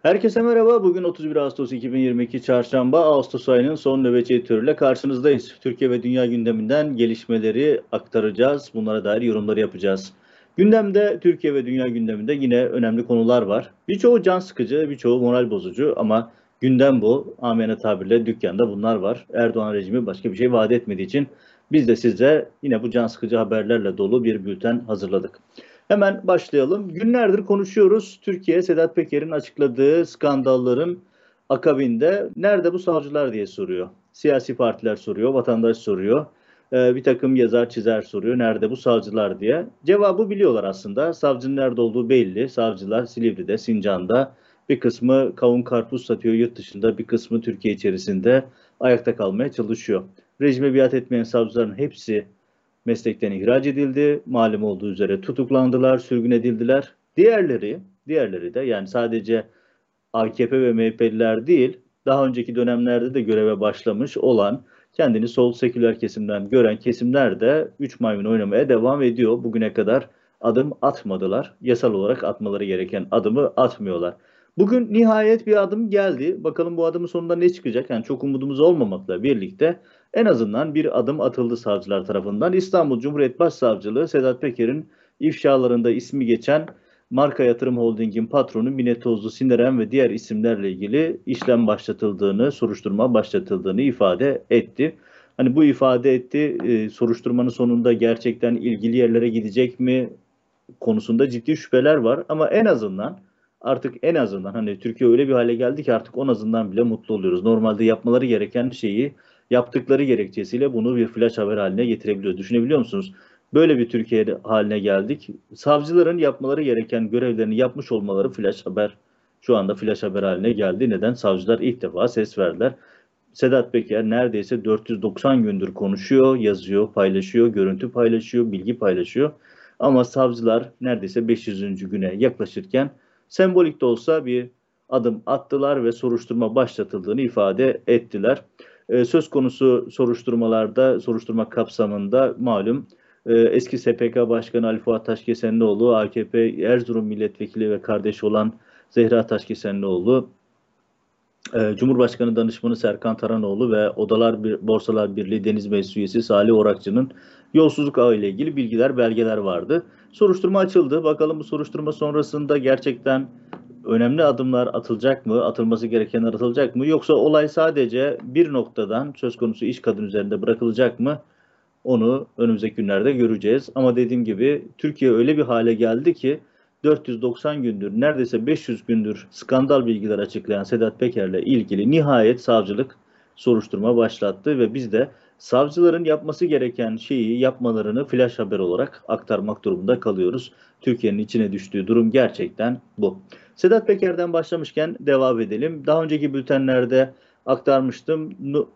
Herkese merhaba. Bugün 31 Ağustos 2022 Çarşamba. Ağustos ayının son nöbetçi editörüyle karşınızdayız. Türkiye ve dünya gündeminden gelişmeleri aktaracağız. Bunlara dair yorumları yapacağız. Gündemde, Türkiye ve dünya gündeminde yine önemli konular var. Birçoğu can sıkıcı, birçoğu moral bozucu ama gündem bu. Amiyane tabirle dükkanda bunlar var. Erdoğan rejimi başka bir şey vaat etmediği için biz de size yine bu can sıkıcı haberlerle dolu bir bülten hazırladık. Hemen başlayalım. Günlerdir konuşuyoruz. Türkiye, Sedat Peker'in açıkladığı skandalların akabinde nerede bu savcılar diye soruyor. Siyasi partiler soruyor, vatandaş soruyor. Bir takım yazar çizer soruyor. Nerede bu savcılar diye. Cevabı biliyorlar aslında. Savcının nerede olduğu belli. Savcılar Silivri'de, Sincan'da. Bir kısmı kavun karpuz satıyor yurt dışında. Bir kısmı Türkiye içerisinde ayakta kalmaya çalışıyor. Rejime biat etmeyen savcıların hepsi meslekten ihraç edildi. Malum olduğu üzere tutuklandılar, sürgün edildiler. Diğerleri de yani sadece AKP ve MHP'liler değil, daha önceki dönemlerde de göreve başlamış olan, kendini sol seküler kesimden gören kesimler de 3 maymun oynamaya devam ediyor. Bugüne kadar adım atmadılar. Yasal olarak atmaları gereken adımı atmıyorlar. Bugün nihayet bir adım geldi. Bakalım bu adımın sonunda ne çıkacak? Yani çok umudumuz olmamakla birlikte en azından bir adım atıldı savcılar tarafından. İstanbul Cumhuriyet Başsavcılığı Sedat Peker'in ifşalarında ismi geçen Marka Yatırım Holding'in patronu Mine Tozlu Sineren ve diğer isimlerle ilgili işlem başlatıldığını, soruşturma başlatıldığını ifade etti. Hani bu ifade etti, soruşturmanın sonunda gerçekten ilgili yerlere gidecek mi konusunda ciddi şüpheler var. Ama en azından hani Türkiye öyle bir hale geldi ki artık en azından bile mutlu oluyoruz. Normalde yapmaları gereken şeyi yaptıkları gerekçesiyle bunu bir flash haber haline getirebiliyoruz. Düşünebiliyor musunuz? Böyle bir Türkiye haline geldik. Savcıların yapmaları gereken görevlerini yapmış olmaları şu anda flash haber haline geldi. Neden? Savcılar ilk defa ses verdiler. Sedat Peker neredeyse 490 gündür konuşuyor, yazıyor, paylaşıyor, görüntü paylaşıyor, bilgi paylaşıyor. Ama savcılar neredeyse 500. güne yaklaşırken sembolik de olsa bir adım attılar ve soruşturma başlatıldığını ifade ettiler. Söz konusu soruşturma kapsamında malum eski SPK Başkanı Ali Fuat Taşkesenlioğlu, AKP Erzurum Milletvekili ve kardeşi olan Zehra Taşkesenlioğlu, Cumhurbaşkanı Danışmanı Serkan Taranoğlu ve Borsalar Birliği Deniz Meclisi üyesi Salih Orakçı'nın yolsuzluk ağı ile ilgili belgeler vardı. Soruşturma açıldı. Bakalım bu soruşturma sonrasında gerçekten önemli adımlar atılacak mı? Atılması gerekenler atılacak mı? Yoksa olay sadece bir noktadan söz konusu iş kadın üzerinde bırakılacak mı? Onu önümüzdeki günlerde göreceğiz. Ama dediğim gibi Türkiye öyle bir hale geldi ki 490 gündür, neredeyse 500 gündür skandal bilgiler açıklayan Sedat Peker'le ilgili nihayet savcılık soruşturma başlattı ve biz de savcıların yapması gereken şeyi yapmalarını flash haber olarak aktarmak durumunda kalıyoruz. Türkiye'nin içine düştüğü durum gerçekten bu. Sedat Peker'den başlamışken devam edelim. Daha önceki bültenlerde aktarmıştım.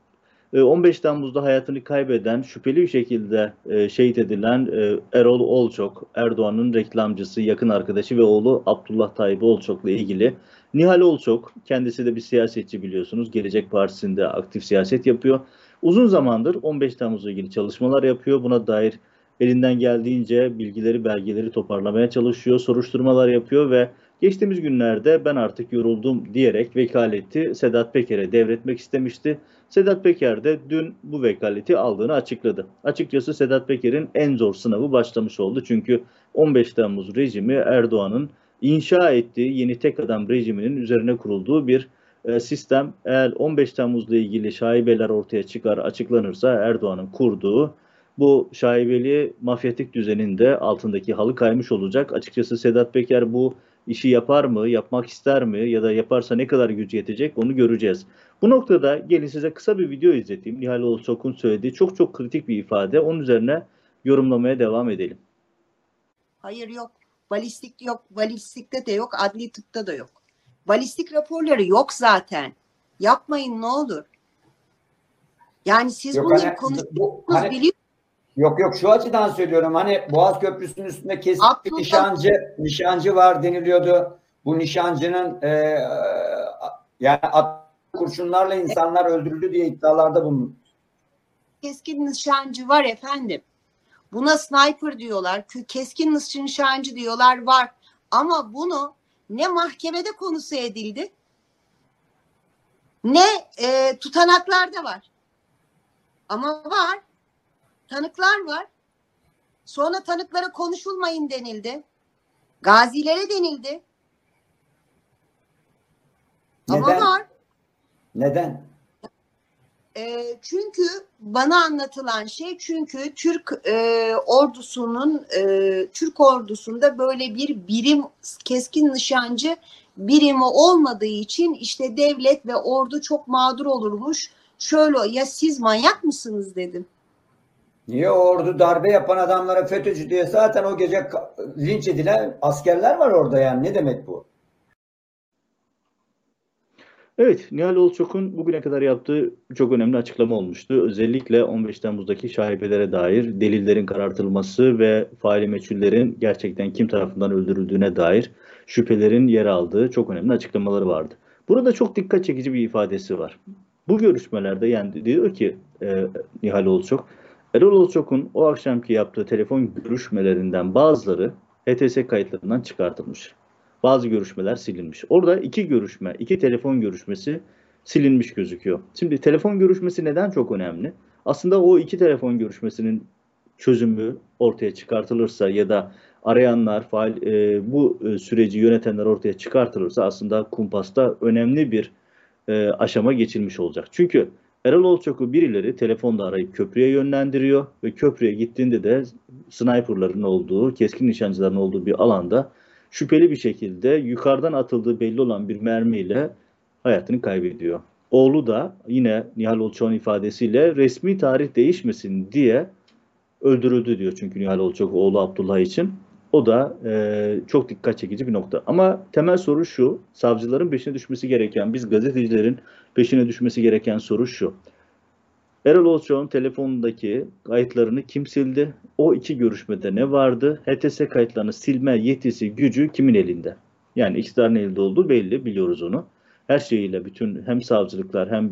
15 Temmuz'da hayatını kaybeden, şüpheli bir şekilde şehit edilen Erol Olçok, Erdoğan'ın reklamcısı, yakın arkadaşı ve oğlu Abdullah Tayyip Olçok'la ilgili. Nihal Olçok, kendisi de bir siyasetçi biliyorsunuz. Gelecek Partisi'nde aktif siyaset yapıyor. Uzun zamandır 15 Temmuz'la ilgili çalışmalar yapıyor. Buna dair elinden geldiğince bilgileri, belgeleri toparlamaya çalışıyor, soruşturmalar yapıyor ve geçtiğimiz günlerde ben artık yoruldum diyerek vekaleti Sedat Peker'e devretmek istemişti. Sedat Peker de dün bu vekaleti aldığını açıkladı. Açıkçası Sedat Peker'in en zor sınavı başlamış oldu. Çünkü 15 Temmuz rejimi Erdoğan'ın inşa ettiği yeni tek adam rejiminin üzerine kurulduğu bir sistem. Eğer 15 Temmuz'la ilgili şaibeler ortaya çıkar, açıklanırsa Erdoğan'ın kurduğu bu şaibeli mafyatik düzenin de altındaki halı kaymış olacak. Açıkçası Sedat Peker bu işi yapar mı, yapmak ister mi ya da yaparsa ne kadar gücü yetecek onu göreceğiz. Bu noktada gelin size kısa bir video izleteyim. Nihal Olçok'un söylediği çok kritik bir ifade. Onun üzerine yorumlamaya devam edelim. Hayır yok. Balistik yok. Balistikte de yok. Adli tıpta da yok. Balistik raporları yok zaten. Yapmayın ne olur. Yani siz yok, bunları konuşuyorsunuz biliyorsunuz. Yok şu açıdan söylüyorum. Hani Boğaz Köprüsü'nün üstünde kesin bir nişancı var deniliyordu. Bu nişancının yani kurşunlarla insanlar öldürüldü diye iddialarda bulundu. Keskin nişancı var efendim. Buna sniper diyorlar. Keskin nişancı diyorlar var. Ama bunu ne mahkemede konusu edildi ne tutanaklar da var. Ama var. Tanıklar var. Sonra tanıklara konuşulmayın denildi. Gazilere denildi. Neden? Ama var. Neden? Çünkü bana anlatılan şey, çünkü Türk ordusunda böyle bir birim, keskin nişancı birimi olmadığı için işte devlet ve ordu çok mağdur olurmuş. Şöyle, ya siz manyak mısınız dedim. Niye ordu darbe yapan adamlara FETÖ'cü diye zaten o gece linç edilen askerler var orada, yani ne demek bu? Evet, Nihal Olçok'un bugüne kadar yaptığı çok önemli açıklama olmuştu. Özellikle 15 Temmuz'daki şaibelere dair delillerin karartılması ve faili meçhullerin gerçekten kim tarafından öldürüldüğüne dair şüphelerin yer aldığı çok önemli açıklamaları vardı. Burada çok dikkat çekici bir ifadesi var. Bu görüşmelerde yani diyor ki Nihal Olçok, Erol Olçok'un o akşamki yaptığı telefon görüşmelerinden bazıları HTS kayıtlarından çıkartılmış. Bazı görüşmeler silinmiş. Orada iki telefon görüşmesi silinmiş gözüküyor. Şimdi telefon görüşmesi neden çok önemli? Aslında o iki telefon görüşmesinin çözümü ortaya çıkartılırsa ya da arayanlar, bu süreci yönetenler ortaya çıkartılırsa aslında kumpasta önemli bir aşama geçilmiş olacak. Çünkü Erol Olçok'u birileri telefonda arayıp köprüye yönlendiriyor ve köprüye gittiğinde de sniperların olduğu, keskin nişancıların olduğu bir alanda şüpheli bir şekilde yukarıdan atıldığı belli olan bir mermiyle hayatını kaybediyor. Oğlu da yine Nihal Olçok'un ifadesiyle resmi tarih değişmesin diye öldürüldü diyor. Çünkü Nihal Olçok oğlu Abdullah için. O da çok dikkat çekici bir nokta. Ama temel soru şu, savcıların peşine düşmesi gereken, biz gazetecilerin peşine düşmesi gereken soru şu. Erol Olçok'un telefonundaki kayıtlarını kim sildi? O iki görüşmede ne vardı? HTS kayıtlarını silme yetisi, gücü kimin elinde? Yani iktidarın elinde olduğu belli, biliyoruz onu. Her şeyiyle bütün hem savcılıklar hem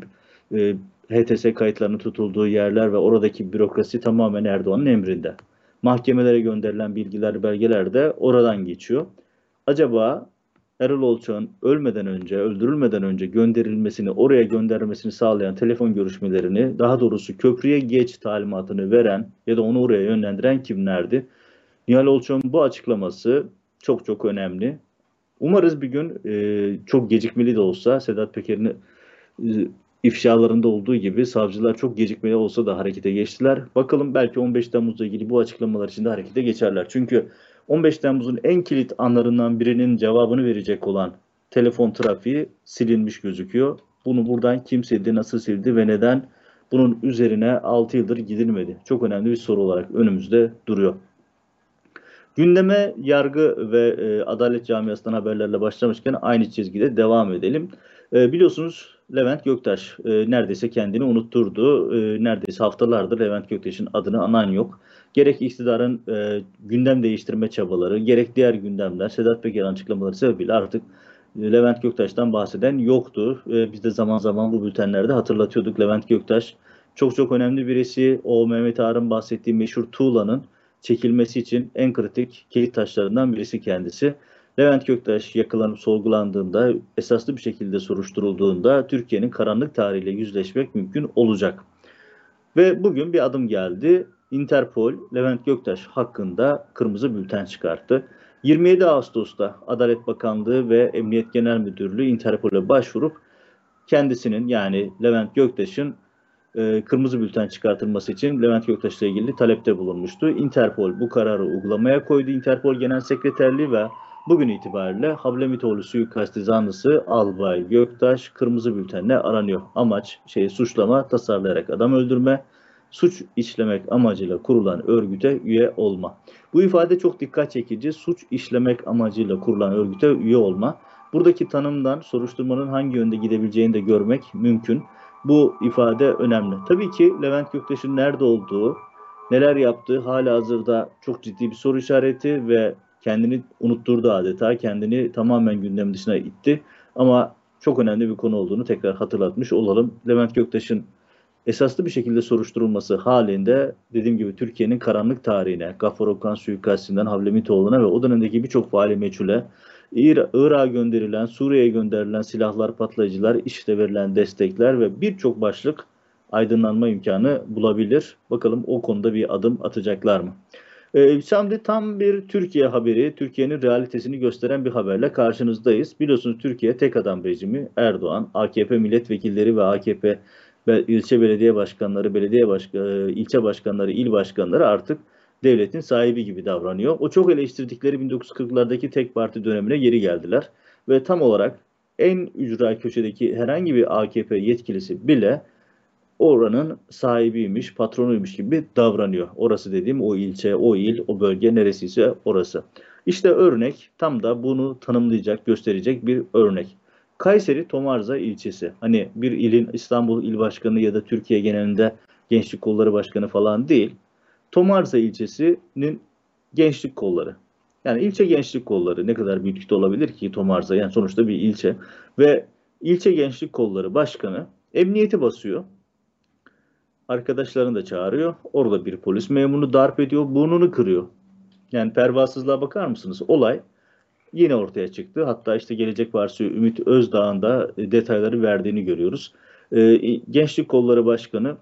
HTS kayıtlarının tutulduğu yerler ve oradaki bürokrasi tamamen Erdoğan'ın emrinde. Mahkemelere gönderilen bilgiler, belgeler de oradan geçiyor. Acaba Erol Olçok'un öldürülmeden önce gönderilmesini, oraya göndermesini sağlayan telefon görüşmelerini, daha doğrusu köprüye geç talimatını veren ya da onu oraya yönlendiren kimlerdi? Nihal Olçok'un bu açıklaması çok çok önemli. Umarız bir gün çok gecikmeli de olsa Sedat Peker'in ifşalarında olduğu gibi savcılar çok gecikmeli olsa da harekete geçtiler. Bakalım belki 15 Temmuz'la ilgili bu açıklamalar için de harekete geçerler. Çünkü 15 Temmuz'un en kilit anlarından birinin cevabını verecek olan telefon trafiği silinmiş gözüküyor. Bunu buradan kim sildi, nasıl sildi ve neden bunun üzerine 6 yıldır gidilmedi? Çok önemli bir soru olarak önümüzde duruyor. Gündeme yargı ve adalet camiasından haberlerle başlamışken aynı çizgide devam edelim. Biliyorsunuz Levent Göktaş neredeyse kendini unutturdu. Neredeyse haftalardır Levent Göktaş'ın adını anan yok. Gerek iktidarın gündem değiştirme çabaları, gerek diğer gündemler, Sedat Peker'in açıklamaları sebebiyle artık Levent Göktaş'tan bahseden yoktu. Biz de zaman zaman bu bültenlerde hatırlatıyorduk. Levent Göktaş çok çok önemli birisi. O Mehmet Ağar'ın bahsettiği meşhur tuğlanın çekilmesi için en kritik kilit taşlarından birisi kendisi. Levent Göktaş yakalanıp sorgulandığında, esaslı bir şekilde soruşturulduğunda Türkiye'nin karanlık tarihiyle yüzleşmek mümkün olacak. Ve bugün bir adım geldi. Interpol, Levent Göktaş hakkında kırmızı bülten çıkarttı. 27 Ağustos'ta Adalet Bakanlığı ve Emniyet Genel Müdürlüğü Interpol'e başvurup kendisinin, yani Levent Göktaş'ın kırmızı bülten çıkartılması için Levent Göktaş'la ilgili talepte bulunmuştu. Interpol bu kararı uygulamaya koydu. Interpol Genel Sekreterliği ve bugün itibariyle Hablemitoğlu suikasti zanlısı Albay Göktaş kırmızı bültenle aranıyor. Amaç suçlama, tasarlayarak adam öldürme, suç işlemek amacıyla kurulan örgüte üye olma. Bu ifade çok dikkat çekici. Suç işlemek amacıyla kurulan örgüte üye olma. Buradaki tanımdan soruşturmanın hangi yönde gidebileceğini de görmek mümkün. Bu ifade önemli. Tabii ki Levent Göktaş'ın nerede olduğu, neler yaptığı halihazırda çok ciddi bir soru işareti ve kendini unutturdu adeta. Kendini tamamen gündem dışına itti. Ama çok önemli bir konu olduğunu tekrar hatırlatmış olalım. Levent Göktaş'ın esaslı bir şekilde soruşturulması halinde dediğim gibi Türkiye'nin karanlık tarihine, Gaffar Okan suikastinden Hablemitoğlu'na ve o dönemdeki birçok faili meçhule Irak'a gönderilen, Suriye'ye gönderilen silahlar, patlayıcılar, IŞİD'e verilen destekler ve birçok başlık aydınlanma imkanı bulabilir. Bakalım o konuda bir adım atacaklar mı? Şimdi tam bir Türkiye haberi, Türkiye'nin realitesini gösteren bir haberle karşınızdayız. Biliyorsunuz Türkiye tek adam rejimi, Erdoğan, AKP milletvekilleri ve AKP ve ilçe belediye başkanları, ilçe başkanları, il başkanları artık devletin sahibi gibi davranıyor. O çok eleştirdikleri 1940'lardaki tek parti dönemine geri geldiler. Ve tam olarak en ücra köşedeki herhangi bir AKP yetkilisi bile oranın sahibiymiş, patronuymuş gibi davranıyor. Orası dediğim o ilçe, o il, o bölge neresiyse orası. İşte örnek, tam da bunu tanımlayacak, gösterecek bir örnek. Kayseri Tomarza ilçesi. Hani bir ilin İstanbul İl Başkanı ya da Türkiye genelinde Gençlik Kolları Başkanı falan değil. Tomarza ilçesinin gençlik kolları. Yani ilçe gençlik kolları ne kadar büyüklükte olabilir ki Tomarza? Yani sonuçta bir ilçe. Ve ilçe gençlik kolları başkanı emniyeti basıyor. Arkadaşlarını da çağırıyor. Orada bir polis memurunu darp ediyor, burnunu kırıyor. Yani pervasızlığa bakar mısınız? Olay yine ortaya çıktı. Hatta işte Gelecek Partisi Ümit Özdağ'ın da detayları verdiğini görüyoruz. Gençlik Kolları Başkanı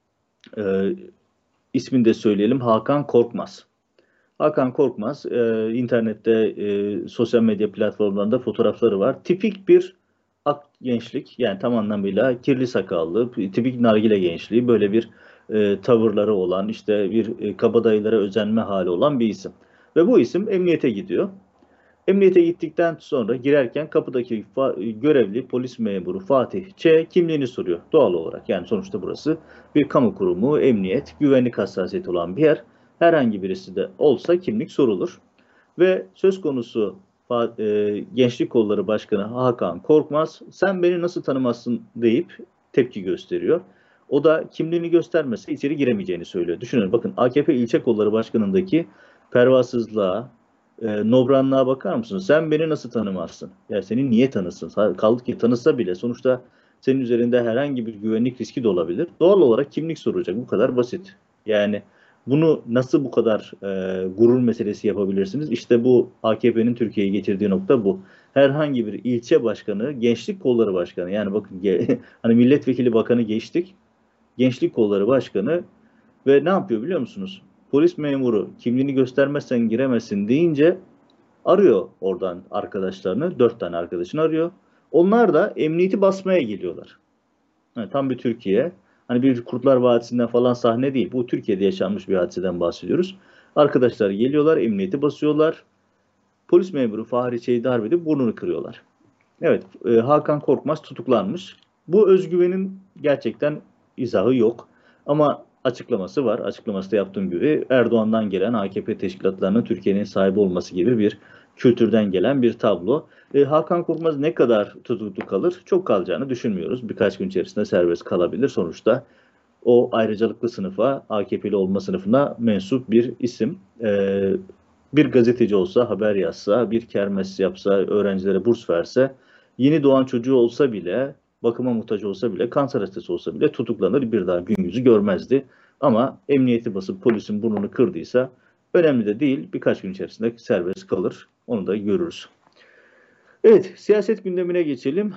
ismini de söyleyelim, Hakan Korkmaz. Hakan Korkmaz internette sosyal medya platformlarında fotoğrafları var. Tipik bir ak gençlik, yani tam anlamıyla kirli sakallı, tipik nargile gençliği, böyle bir tavırları olan, işte bir kabadayılara özenme hali olan bir isim. Ve bu isim emniyete gidiyor. Emniyete gittikten sonra girerken kapıdaki görevli polis memuru Fatih Ç. kimliğini soruyor doğal olarak. Yani sonuçta burası bir kamu kurumu, emniyet, güvenlik hassasiyeti olan bir yer. Herhangi birisi de olsa kimlik sorulur. Ve söz konusu Gençlik Kolları Başkanı Hakan Korkmaz, sen beni nasıl tanımazsın deyip tepki gösteriyor. O da kimliğini göstermese içeri giremeyeceğini söylüyor. Düşünün, bakın, AKP İlçe Kolları Başkanı'ndaki pervasızlığa, nobranlığa bakar mısınız? Sen beni nasıl tanımazsın? Ya seni niye tanısın? Kaldı ki tanısa bile sonuçta senin üzerinde herhangi bir güvenlik riski de olabilir. Doğal olarak kimlik soracak. Bu kadar basit. Yani bunu nasıl bu kadar gurur meselesi yapabilirsiniz? İşte bu AKP'nin Türkiye'ye getirdiği nokta bu. Herhangi bir ilçe başkanı, gençlik kolları başkanı, yani bakın hani milletvekili bakanı geçtik. Gençlik kolları başkanı ve ne yapıyor biliyor musunuz? Polis memuru kimliğini göstermezsen giremezsin deyince arıyor oradan arkadaşlarını. 4 tane arkadaşını arıyor. Onlar da emniyeti basmaya geliyorlar. Yani tam bir Türkiye. Hani bir Kurtlar Vadisi'nden falan sahne değil. Bu Türkiye'de yaşanmış bir hadiseden bahsediyoruz. Arkadaşlar geliyorlar, emniyeti basıyorlar. Polis memuru Fahri Ç'yi darp edip burnunu kırıyorlar. Evet, Hakan Korkmaz tutuklanmış. Bu özgüvenin gerçekten izahı yok. Ama açıklaması var. Açıklaması da yaptığım gibi Erdoğan'dan gelen AKP teşkilatlarının Türkiye'nin sahibi olması gibi bir kültürden gelen bir tablo. Hakan Korkmaz ne kadar tutuklu kalır? Çok kalacağını düşünmüyoruz. Birkaç gün içerisinde serbest kalabilir. Sonuçta o ayrıcalıklı sınıfa, AKP'li olma sınıfına mensup bir isim. Bir gazeteci olsa, haber yazsa, bir kermes yapsa, öğrencilere burs verse, yeni doğan çocuğu olsa bile, bakıma muhtaç olsa bile, kanser hastası olsa bile tutuklanır, bir daha gün yüzü görmezdi. Ama emniyeti basıp polisin burnunu kırdıysa önemli de değil, birkaç gün içerisinde serbest kalır. Onu da görürüz. Evet, siyaset gündemine geçelim.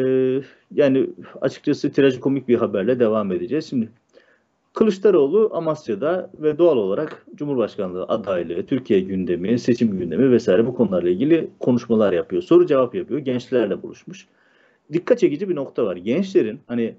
Yani açıkçası trajikomik bir haberle devam edeceğiz. Şimdi Kılıçdaroğlu Amasya'da ve doğal olarak Cumhurbaşkanlığı adaylığı, Türkiye gündemi, seçim gündemi vesaire bu konularla ilgili konuşmalar yapıyor. Soru cevap yapıyor. Gençlerle buluşmuş. Dikkat çekici bir nokta var. Gençlerin hani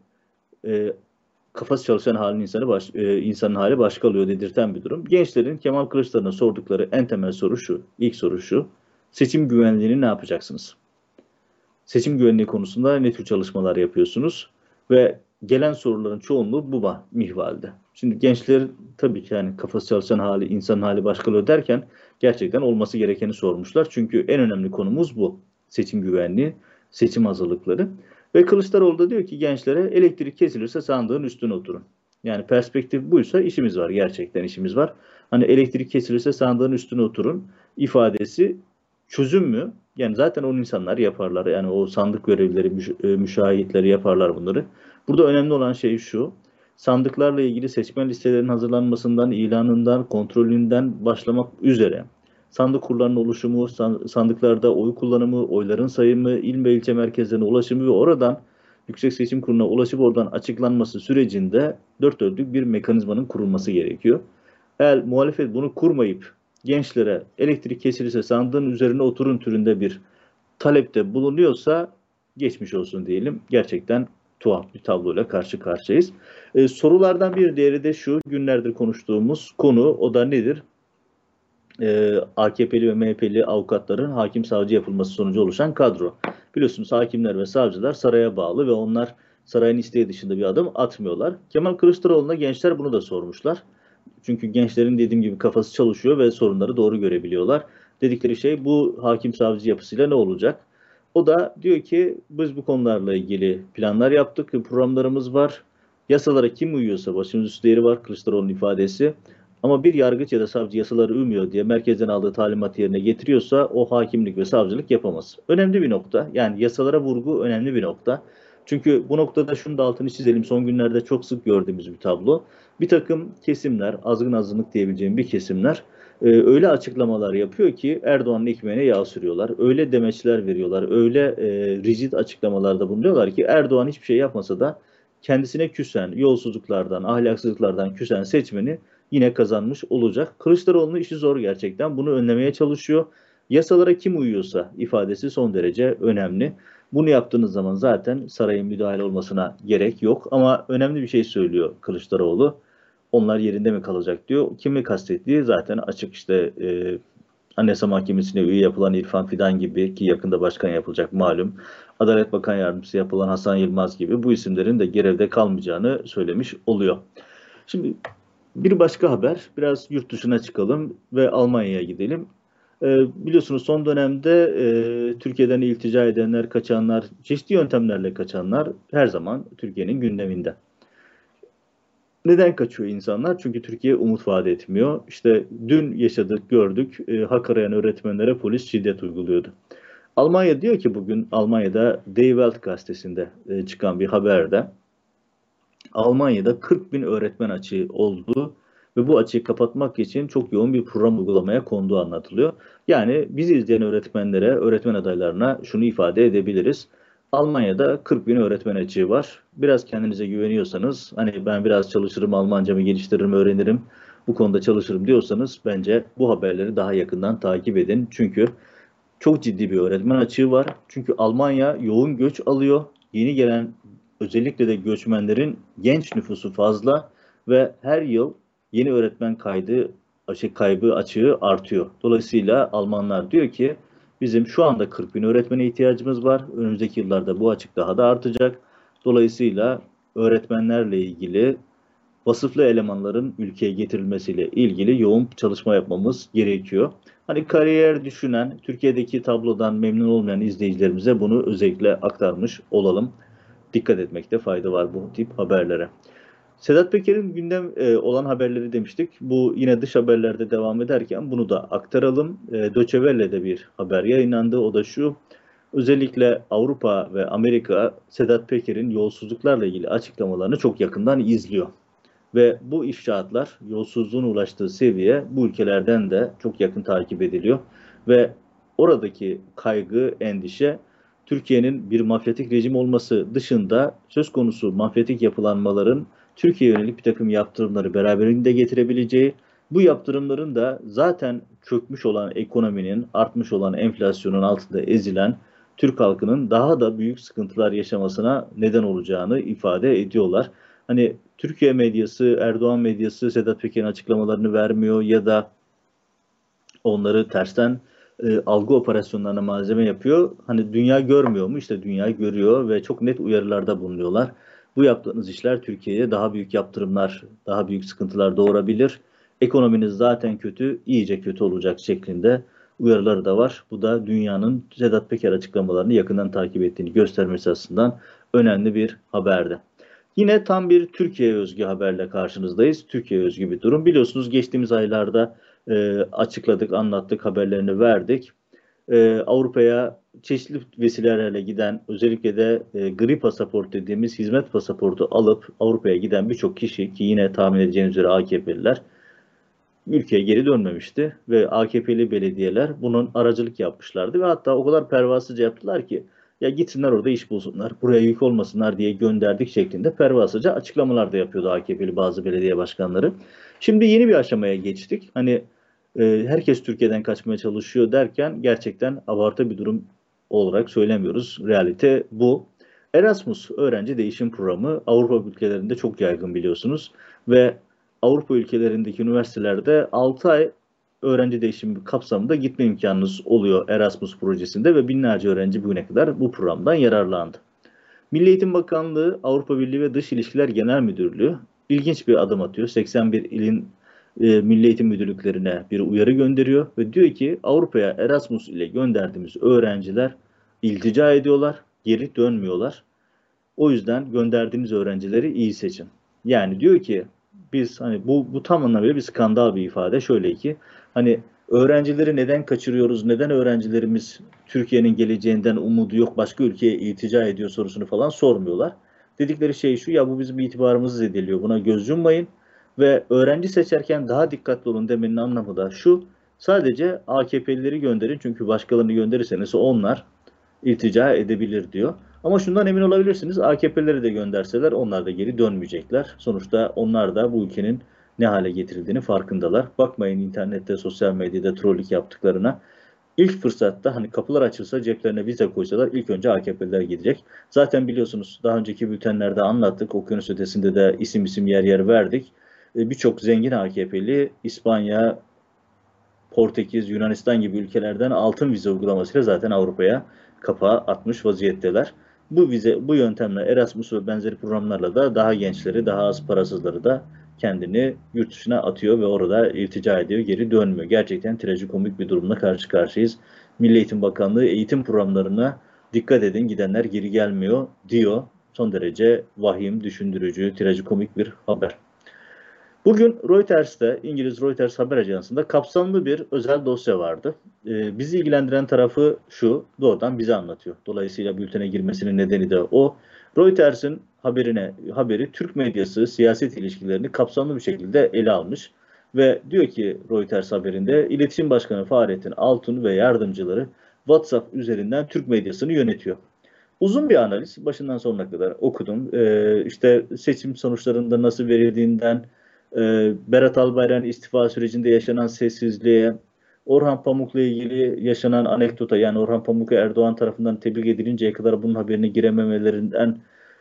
kafası çalışan halin insanın hali başka oluyor dedirten bir durum. Gençlerin Kemal Kılıçdaroğlu'na sordukları en temel soru şu. İlk soru şu. Seçim güvenliğini ne yapacaksınız? Seçim güvenliği konusunda ne tür çalışmalar yapıyorsunuz? Ve gelen soruların çoğunluğu bu mihvalde. Şimdi gençler tabii ki yani kafası çalışan hali, insanın hali başkalığı derken gerçekten olması gerekeni sormuşlar. Çünkü en önemli konumuz bu. Seçim güvenliği, seçim hazırlıkları. Ve Kılıçdaroğlu da diyor ki gençlere elektrik kesilirse sandığın üstüne oturun. Yani perspektif buysa işimiz var, gerçekten işimiz var. Hani elektrik kesilirse sandığın üstüne oturun ifadesi çözüm mü? Yani zaten onu insanlar yaparlar. Yani o sandık görevlileri, müşahitleri yaparlar bunları. Burada önemli olan şey şu. Sandıklarla ilgili seçmen listelerinin hazırlanmasından, ilanından, kontrolünden başlamak üzere sandık kurlarının oluşumu, sandıklarda oy kullanımı, oyların sayımı, il ve ilçe merkezlerine ulaşımı ve oradan Yüksek Seçim Kurulu'na ulaşıp oradan açıklanması sürecinde dört dörtlük bir mekanizmanın kurulması gerekiyor. Eğer muhalefet bunu kurmayıp gençlere elektrik kesilirse sandığın üzerine oturun türünde bir talepte bulunuyorsa geçmiş olsun diyelim. Gerçekten tuhaf bir tabloyla karşı karşıyayız. Sorulardan bir diğeri de şu, günlerdir konuştuğumuz konu, o da nedir? AKP'li ve MHP'li avukatların hakim savcı yapılması sonucu oluşan kadro. Biliyorsunuz hakimler ve savcılar saraya bağlı ve onlar sarayın isteği dışında bir adım atmıyorlar. Kemal Kılıçdaroğlu'na gençler bunu da sormuşlar. Çünkü gençlerin dediğim gibi kafası çalışıyor ve sorunları doğru görebiliyorlar. Dedikleri şey bu hakim savcı yapısıyla ne olacak? O da diyor ki biz bu konularla ilgili planlar yaptık, programlarımız var. Yasalara kim uyuyorsa başımız üstleri var Kılıçdaroğlu'nun ifadesi. Ama bir yargıç ya da savcı yasaları uymuyor diye merkezden aldığı talimat yerine getiriyorsa o hakimlik ve savcılık yapamaz. Önemli bir nokta. Yani yasalara vurgu önemli bir nokta. Çünkü bu noktada şunu da altını çizelim. Son günlerde çok sık gördüğümüz bir tablo. Bir takım kesimler, azgın azınlık diyebileceğim bir kesimler öyle açıklamalar yapıyor ki Erdoğan'ın ekmeğine yağ sürüyorlar. Öyle demeçler veriyorlar. Öyle rigid açıklamalarda bulunuyorlar ki Erdoğan hiçbir şey yapmasa da kendisine küsen, yolsuzluklardan, ahlaksızlıklardan küsen seçmeni yine kazanmış olacak. Kılıçdaroğlu'nun işi zor gerçekten. Bunu önlemeye çalışıyor. Yasalara kim uyuyorsa ifadesi son derece önemli. Bunu yaptığınız zaman zaten sarayın müdahale olmasına gerek yok. Ama önemli bir şey söylüyor Kılıçdaroğlu. Onlar yerinde mi kalacak diyor. Kimi kastettiği zaten açık, işte Anayasa Mahkemesi'ne üye yapılan İrfan Fidan gibi, ki yakında başkan yapılacak malum. Adalet Bakan Yardımcısı yapılan Hasan Yılmaz gibi bu isimlerin de görevde kalmayacağını söylemiş oluyor. Şimdi bir başka haber, biraz yurt dışına çıkalım ve Almanya'ya gidelim. Biliyorsunuz son dönemde Türkiye'den iltica edenler, kaçanlar, çeşitli yöntemlerle kaçanlar her zaman Türkiye'nin gündeminde. Neden kaçıyor insanlar? Çünkü Türkiye umut vaat etmiyor. İşte dün yaşadık, gördük, hak arayan öğretmenlere polis şiddet uyguluyordu. Almanya diyor ki bugün Almanya'da Die Welt gazetesinde çıkan bir haberde Almanya'da 40 bin öğretmen açığı oldu ve bu açığı kapatmak için çok yoğun bir program uygulamaya konduğu anlatılıyor. Yani bizi izleyen öğretmenlere, öğretmen adaylarına şunu ifade edebiliriz. Almanya'da 40 bin öğretmen açığı var. Biraz kendinize güveniyorsanız, hani ben biraz çalışırım, Almancamı geliştiririm, öğrenirim, bu konuda çalışırım diyorsanız bence bu haberleri daha yakından takip edin. Çünkü çok ciddi bir öğretmen açığı var. Çünkü Almanya yoğun göç alıyor. Yeni gelen özellikle de göçmenlerin genç nüfusu fazla ve her yıl yeni öğretmen kaybı açığı artıyor. Dolayısıyla Almanlar diyor ki bizim şu anda 40 bin öğretmene ihtiyacımız var. Önümüzdeki yıllarda bu açık daha da artacak. Dolayısıyla öğretmenlerle ilgili vasıflı elemanların ülkeye getirilmesiyle ilgili yoğun çalışma yapmamız gerekiyor. Hani kariyer düşünen, Türkiye'deki tablodan memnun olmayan izleyicilerimize bunu özellikle aktarmış olalım. Dikkat etmekte fayda var bu tip haberlere. Sedat Peker'in gündem olan haberleri demiştik. Bu yine dış haberlerde devam ederken bunu da aktaralım. Deutsche Welle'de bir haber yayınlandı. O da şu: özellikle Avrupa ve Amerika Sedat Peker'in yolsuzluklarla ilgili açıklamalarını çok yakından izliyor. Ve bu ifşaatlar, yolsuzluğun ulaştığı seviye bu ülkelerden de çok yakın takip ediliyor. Ve oradaki kaygı, endişe, Türkiye'nin bir mafyatik rejim olması dışında söz konusu mafyatik yapılanmaların Türkiye'ye yönelik bir takım yaptırımları beraberinde getirebileceği, bu yaptırımların da zaten çökmüş olan ekonominin, artmış olan enflasyonun altında ezilen Türk halkının daha da büyük sıkıntılar yaşamasına neden olacağını ifade ediyorlar. Hani Türkiye medyası, Erdoğan medyası Sedat Peker'in açıklamalarını vermiyor ya da onları tersten algı operasyonlarına malzeme yapıyor. Hani dünya görmüyor mu? İşte dünya görüyor ve çok net uyarılarda bulunuyorlar. Bu yaptığınız işler Türkiye'ye daha büyük yaptırımlar, daha büyük sıkıntılar doğurabilir. Ekonominiz zaten kötü, iyice kötü olacak şeklinde uyarıları da var. Bu da dünyanın Sedat Peker açıklamalarını yakından takip ettiğini göstermesi açısından önemli bir haberdi. Yine tam bir Türkiye'ye özgü haberle karşınızdayız. Türkiye'ye özgü bir durum. Biliyorsunuz geçtiğimiz aylarda açıkladık, anlattık, haberlerini verdik. Avrupa'ya çeşitli vesilelerle giden, özellikle de gri pasaport dediğimiz hizmet pasaportu alıp Avrupa'ya giden birçok kişi, ki yine tahmin edeceğiniz üzere AKP'liler, ülkeye geri dönmemişti ve AKP'li belediyeler bunun aracılık yapmışlardı ve hatta o kadar pervasızca yaptılar ki ya gitsinler orada iş bulsunlar, buraya yük olmasınlar diye gönderdik şeklinde pervasızca açıklamalar da yapıyordu AKP'li bazı belediye başkanları. Şimdi yeni bir aşamaya geçtik. Hani herkes Türkiye'den kaçmaya çalışıyor derken gerçekten abartı bir durum olarak söylemiyoruz. Realite bu. Erasmus öğrenci değişim programı Avrupa ülkelerinde çok yaygın biliyorsunuz ve Avrupa ülkelerindeki üniversitelerde 6 ay öğrenci değişimi kapsamında gitme imkanınız oluyor Erasmus projesinde ve binlerce öğrenci bugüne kadar bu programdan yararlandı. Milli Eğitim Bakanlığı, Avrupa Birliği ve Dış İlişkiler Genel Müdürlüğü ilginç bir adım atıyor. 81 ilin Milli Eğitim Müdürlüklerine bir uyarı gönderiyor ve diyor ki Avrupa'ya Erasmus ile gönderdiğimiz öğrenciler iltica ediyorlar, geri dönmüyorlar. O yüzden gönderdiğiniz öğrencileri iyi seçin. Yani diyor ki biz hani bu tam anlamıyla bir skandal bir ifade. Şöyle ki hani öğrencileri neden kaçırıyoruz, neden öğrencilerimiz Türkiye'nin geleceğinden umudu yok, başka ülkeye iltica ediyor sorusunu falan sormuyorlar. Dedikleri şey şu, ya bu bizim itibarımızı zedeliyor, buna göz yummayın ve öğrenci seçerken daha dikkatli olun demenin anlamı da şu, sadece AKP'lileri gönderin çünkü başkalarını gönderirseniz onlar iltica edebilir diyor. Ama şundan emin olabilirsiniz, AKP'lileri de gönderseler onlar da geri dönmeyecekler. Sonuçta onlar da bu ülkenin ne hale getirildiğini farkındalar. Bakmayın internette, sosyal medyada trollük yaptıklarına. İlk fırsatta hani kapılar açılsa ceplerine vize koysalar ilk önce AKP'liler gidecek. Zaten biliyorsunuz daha önceki bültenlerde anlattık. Okyanus ötesinde de isim yer yer verdik. Birçok zengin AKP'li İspanya, Portekiz, Yunanistan gibi ülkelerden altın vize uygulamasıyla zaten Avrupa'ya kapağı atmış vaziyetteler. Bu yöntemle Erasmus ve benzeri programlarla da daha gençleri, daha az parasızları da kendini yurt dışına atıyor ve orada iltica ediyor, geri dönmüyor. Gerçekten trajikomik bir durumla karşı karşıyayız. Milli Eğitim Bakanlığı eğitim programlarına dikkat edin, gidenler geri gelmiyor diyor. Son derece vahim, düşündürücü, trajikomik bir haber. Bugün Reuters'te, İngiliz Reuters haber ajansında kapsamlı bir özel dosya vardı. Bizi ilgilendiren tarafı şu, doğrudan bize anlatıyor. Dolayısıyla bültene girmesinin nedeni de o. Reuters'in haberi Türk medyası siyaset ilişkilerini kapsamlı bir şekilde ele almış. Ve diyor ki Reuters haberinde, İletişim Başkanı Fahrettin Altun ve yardımcıları WhatsApp üzerinden Türk medyasını yönetiyor. Uzun bir analiz, başından sonuna kadar okudum. İşte seçim sonuçlarında nasıl verildiğinden, Berat Albayrak'ın istifa sürecinde yaşanan sessizliğe, Orhan Pamuk'la ilgili yaşanan anekdota, yani Orhan Pamuk Erdoğan tarafından tebrik edilinceye kadar bunun haberine girememelerinden,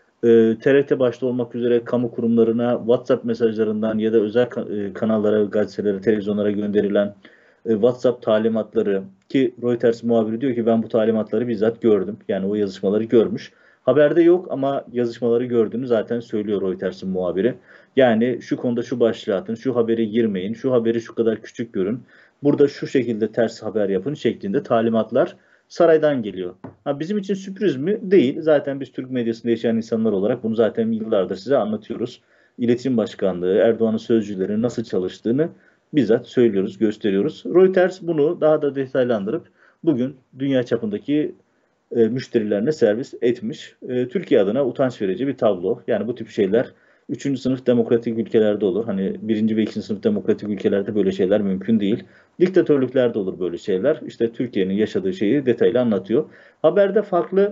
TRT başta olmak üzere kamu kurumlarına WhatsApp mesajlarından ya da özel kanallara, gazetelere, televizyonlara gönderilen WhatsApp talimatları, ki Reuters muhabiri diyor ki ben bu talimatları bizzat gördüm. Yani o yazışmaları görmüş. Haberde yok ama yazışmaları gördüğünü zaten söylüyor Reuters'in muhabiri. Yani şu konuda şu başlığı atın, şu haberi girmeyin, şu haberi şu kadar küçük görün, burada şu şekilde ters haber yapın şeklinde talimatlar saraydan geliyor. Ha, bizim için sürpriz mi? Değil. Zaten biz Türk medyasında yaşayan insanlar olarak bunu zaten yıllardır size anlatıyoruz. İletişim Başkanlığı, Erdoğan'ın sözcüleri nasıl çalıştığını bizzat söylüyoruz, gösteriyoruz. Reuters bunu daha da detaylandırıp bugün dünya çapındaki müşterilerine servis etmiş. Türkiye adına utanç verici bir tablo. Yani bu tip şeyler 3. sınıf demokratik ülkelerde olur. Hani 1. ve 2. sınıf demokratik ülkelerde böyle şeyler mümkün değil. Diktatörlüklerde olur böyle şeyler. İşte Türkiye'nin yaşadığı şeyi detaylı anlatıyor. Haberde farklı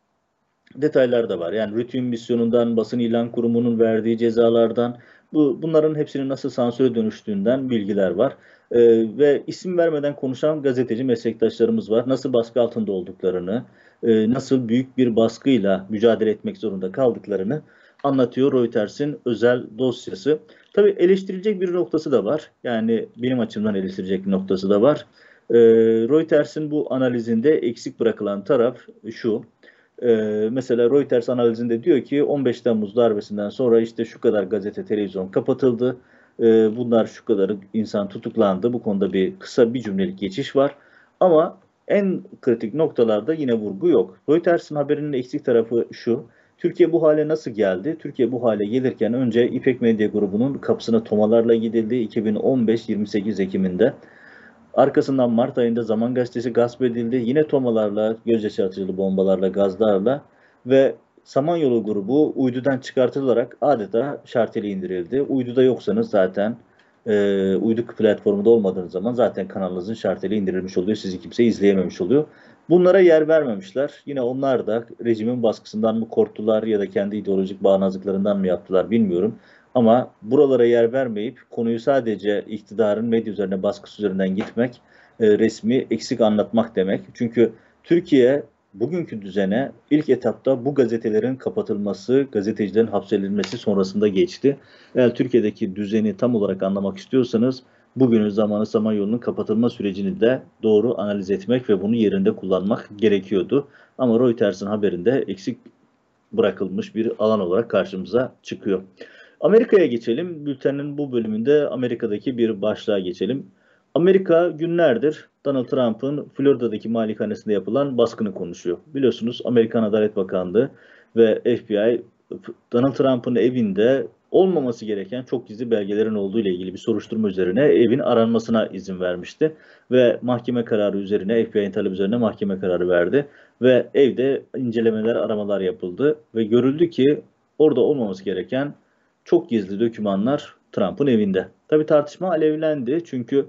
detaylar da var. Yani rutin misyonundan, basın ilan kurumunun verdiği cezalardan, bunların hepsinin nasıl sansüre dönüştüğünden bilgiler var. Ve isim vermeden konuşan gazeteci meslektaşlarımız var. Nasıl baskı altında olduklarını, nasıl büyük bir baskıyla mücadele etmek zorunda kaldıklarını anlatıyor Reuters'in özel dosyası. Tabii eleştirilecek bir noktası da var. Yani benim açımdan eleştirecek bir noktası da var. Reuters'in bu analizinde eksik bırakılan taraf şu. Mesela Reuters analizinde diyor ki 15 Temmuz darbesinden sonra işte şu kadar gazete, televizyon kapatıldı. Bunlar şu kadar insan tutuklandı. Bu konuda kısa bir cümlelik geçiş var. Ama en kritik noktalarda yine vurgu yok. Reuters'in haberinin eksik tarafı şu. Türkiye bu hale nasıl geldi? Türkiye bu hale gelirken önce İpek Medya Grubu'nun kapısına tomalarla gidildi 2015 28 Ekim'inde. Arkasından Mart ayında Zaman Gazetesi gasp edildi. Yine tomalarla, gözyaşı atıcılı bombalarla, gazlarla ve Samanyolu grubu uydudan çıkartılarak adeta şarteli indirildi. Uyduda yoksanız zaten uydu platformunda olmadığınız zaman zaten kanalınızın şarteli indirilmiş oluyor. Sizi kimse izleyememiş oluyor. Bunlara yer vermemişler. Yine onlar da rejimin baskısından mı korktular ya da kendi ideolojik bağnazlıklarından mı yaptılar bilmiyorum. Ama buralara yer vermeyip konuyu sadece iktidarın medya üzerine baskısı üzerinden gitmek, resmi eksik anlatmak demek. Çünkü Türkiye bugünkü düzene ilk etapta bu gazetelerin kapatılması, gazetecilerin hapsedilmesi sonrasında geçti. Eğer Türkiye'deki düzeni tam olarak anlamak istiyorsanız bugünün zamanı Samanyolu'nun kapatılma sürecini de doğru analiz etmek ve bunu yerinde kullanmak gerekiyordu. Ama Reuters'ın haberinde eksik bırakılmış bir alan olarak karşımıza çıkıyor. Amerika'ya geçelim. Bültenin bu bölümünde Amerika'daki bir başlığa geçelim. Amerika günlerdir Donald Trump'ın Florida'daki malikanesinde yapılan baskını konuşuyor. Biliyorsunuz Amerikan Adalet Bakanlığı ve FBI Donald Trump'ın evinde olmaması gereken çok gizli belgelerin olduğu ile ilgili bir soruşturma üzerine evin aranmasına izin vermişti. Ve mahkeme kararı üzerine, FBI'nin talebi üzerine mahkeme kararı verdi. Ve evde incelemeler, aramalar yapıldı. Ve görüldü ki orada olmaması gereken çok gizli dokümanlar Trump'ın evinde. Tabii tartışma alevlendi çünkü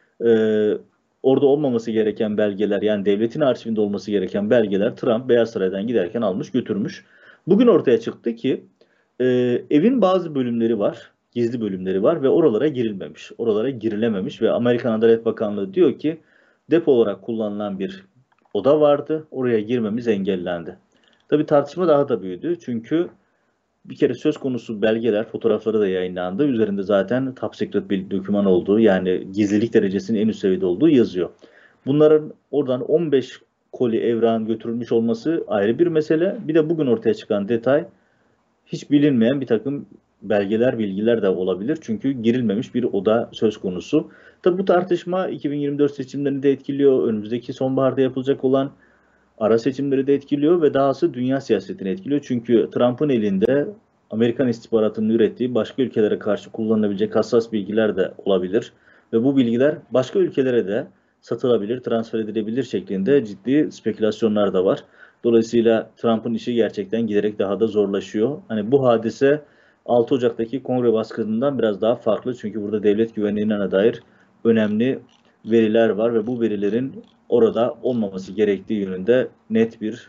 orada olmaması gereken belgeler, yani devletin arşivinde olması gereken belgeler Trump Beyaz Saray'dan giderken almış götürmüş. Bugün ortaya çıktı ki evin bazı bölümleri var, gizli bölümleri var ve oralara girilmemiş, oralara girilememiş ve Amerikan Adalet Bakanlığı diyor ki depo olarak kullanılan bir oda vardı, oraya girmemiz engellendi. Tabii tartışma daha da büyüdü çünkü bir kere söz konusu belgeler, fotoğrafları da yayınlandı. Üzerinde zaten top secret bir doküman olduğu, yani gizlilik derecesinin en üst seviyede olduğu yazıyor. Bunların oradan 15 koli evrakın götürülmüş olması ayrı bir mesele. Bir de bugün ortaya çıkan detay, hiç bilinmeyen bir takım belgeler, bilgiler de olabilir. Çünkü girilmemiş bir oda söz konusu. Tabii bu tartışma 2024 seçimlerini de etkiliyor. Önümüzdeki sonbaharda yapılacak olan ara seçimleri de etkiliyor ve dahası dünya siyasetini etkiliyor. Çünkü Trump'ın elinde Amerikan istihbaratının ürettiği başka ülkelere karşı kullanılabilecek hassas bilgiler de olabilir. Ve bu bilgiler başka ülkelere de satılabilir, transfer edilebilir şeklinde ciddi spekülasyonlar da var. Dolayısıyla Trump'ın işi gerçekten giderek daha da zorlaşıyor. Hani bu hadise 6 Ocak'taki kongre baskınından biraz daha farklı. Çünkü burada devlet güvenliğine dair önemli veriler var ve bu verilerin orada olmaması gerektiği yönünde net bir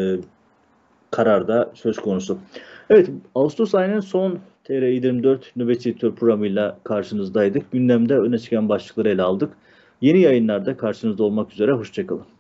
karar da söz konusu. Evet, Ağustos ayının son TR24 Nöbetçi Editör programıyla karşınızdaydık. Gündemde öne çıkan başlıkları ele aldık. Yeni yayınlarda karşınızda olmak üzere, hoşçakalın.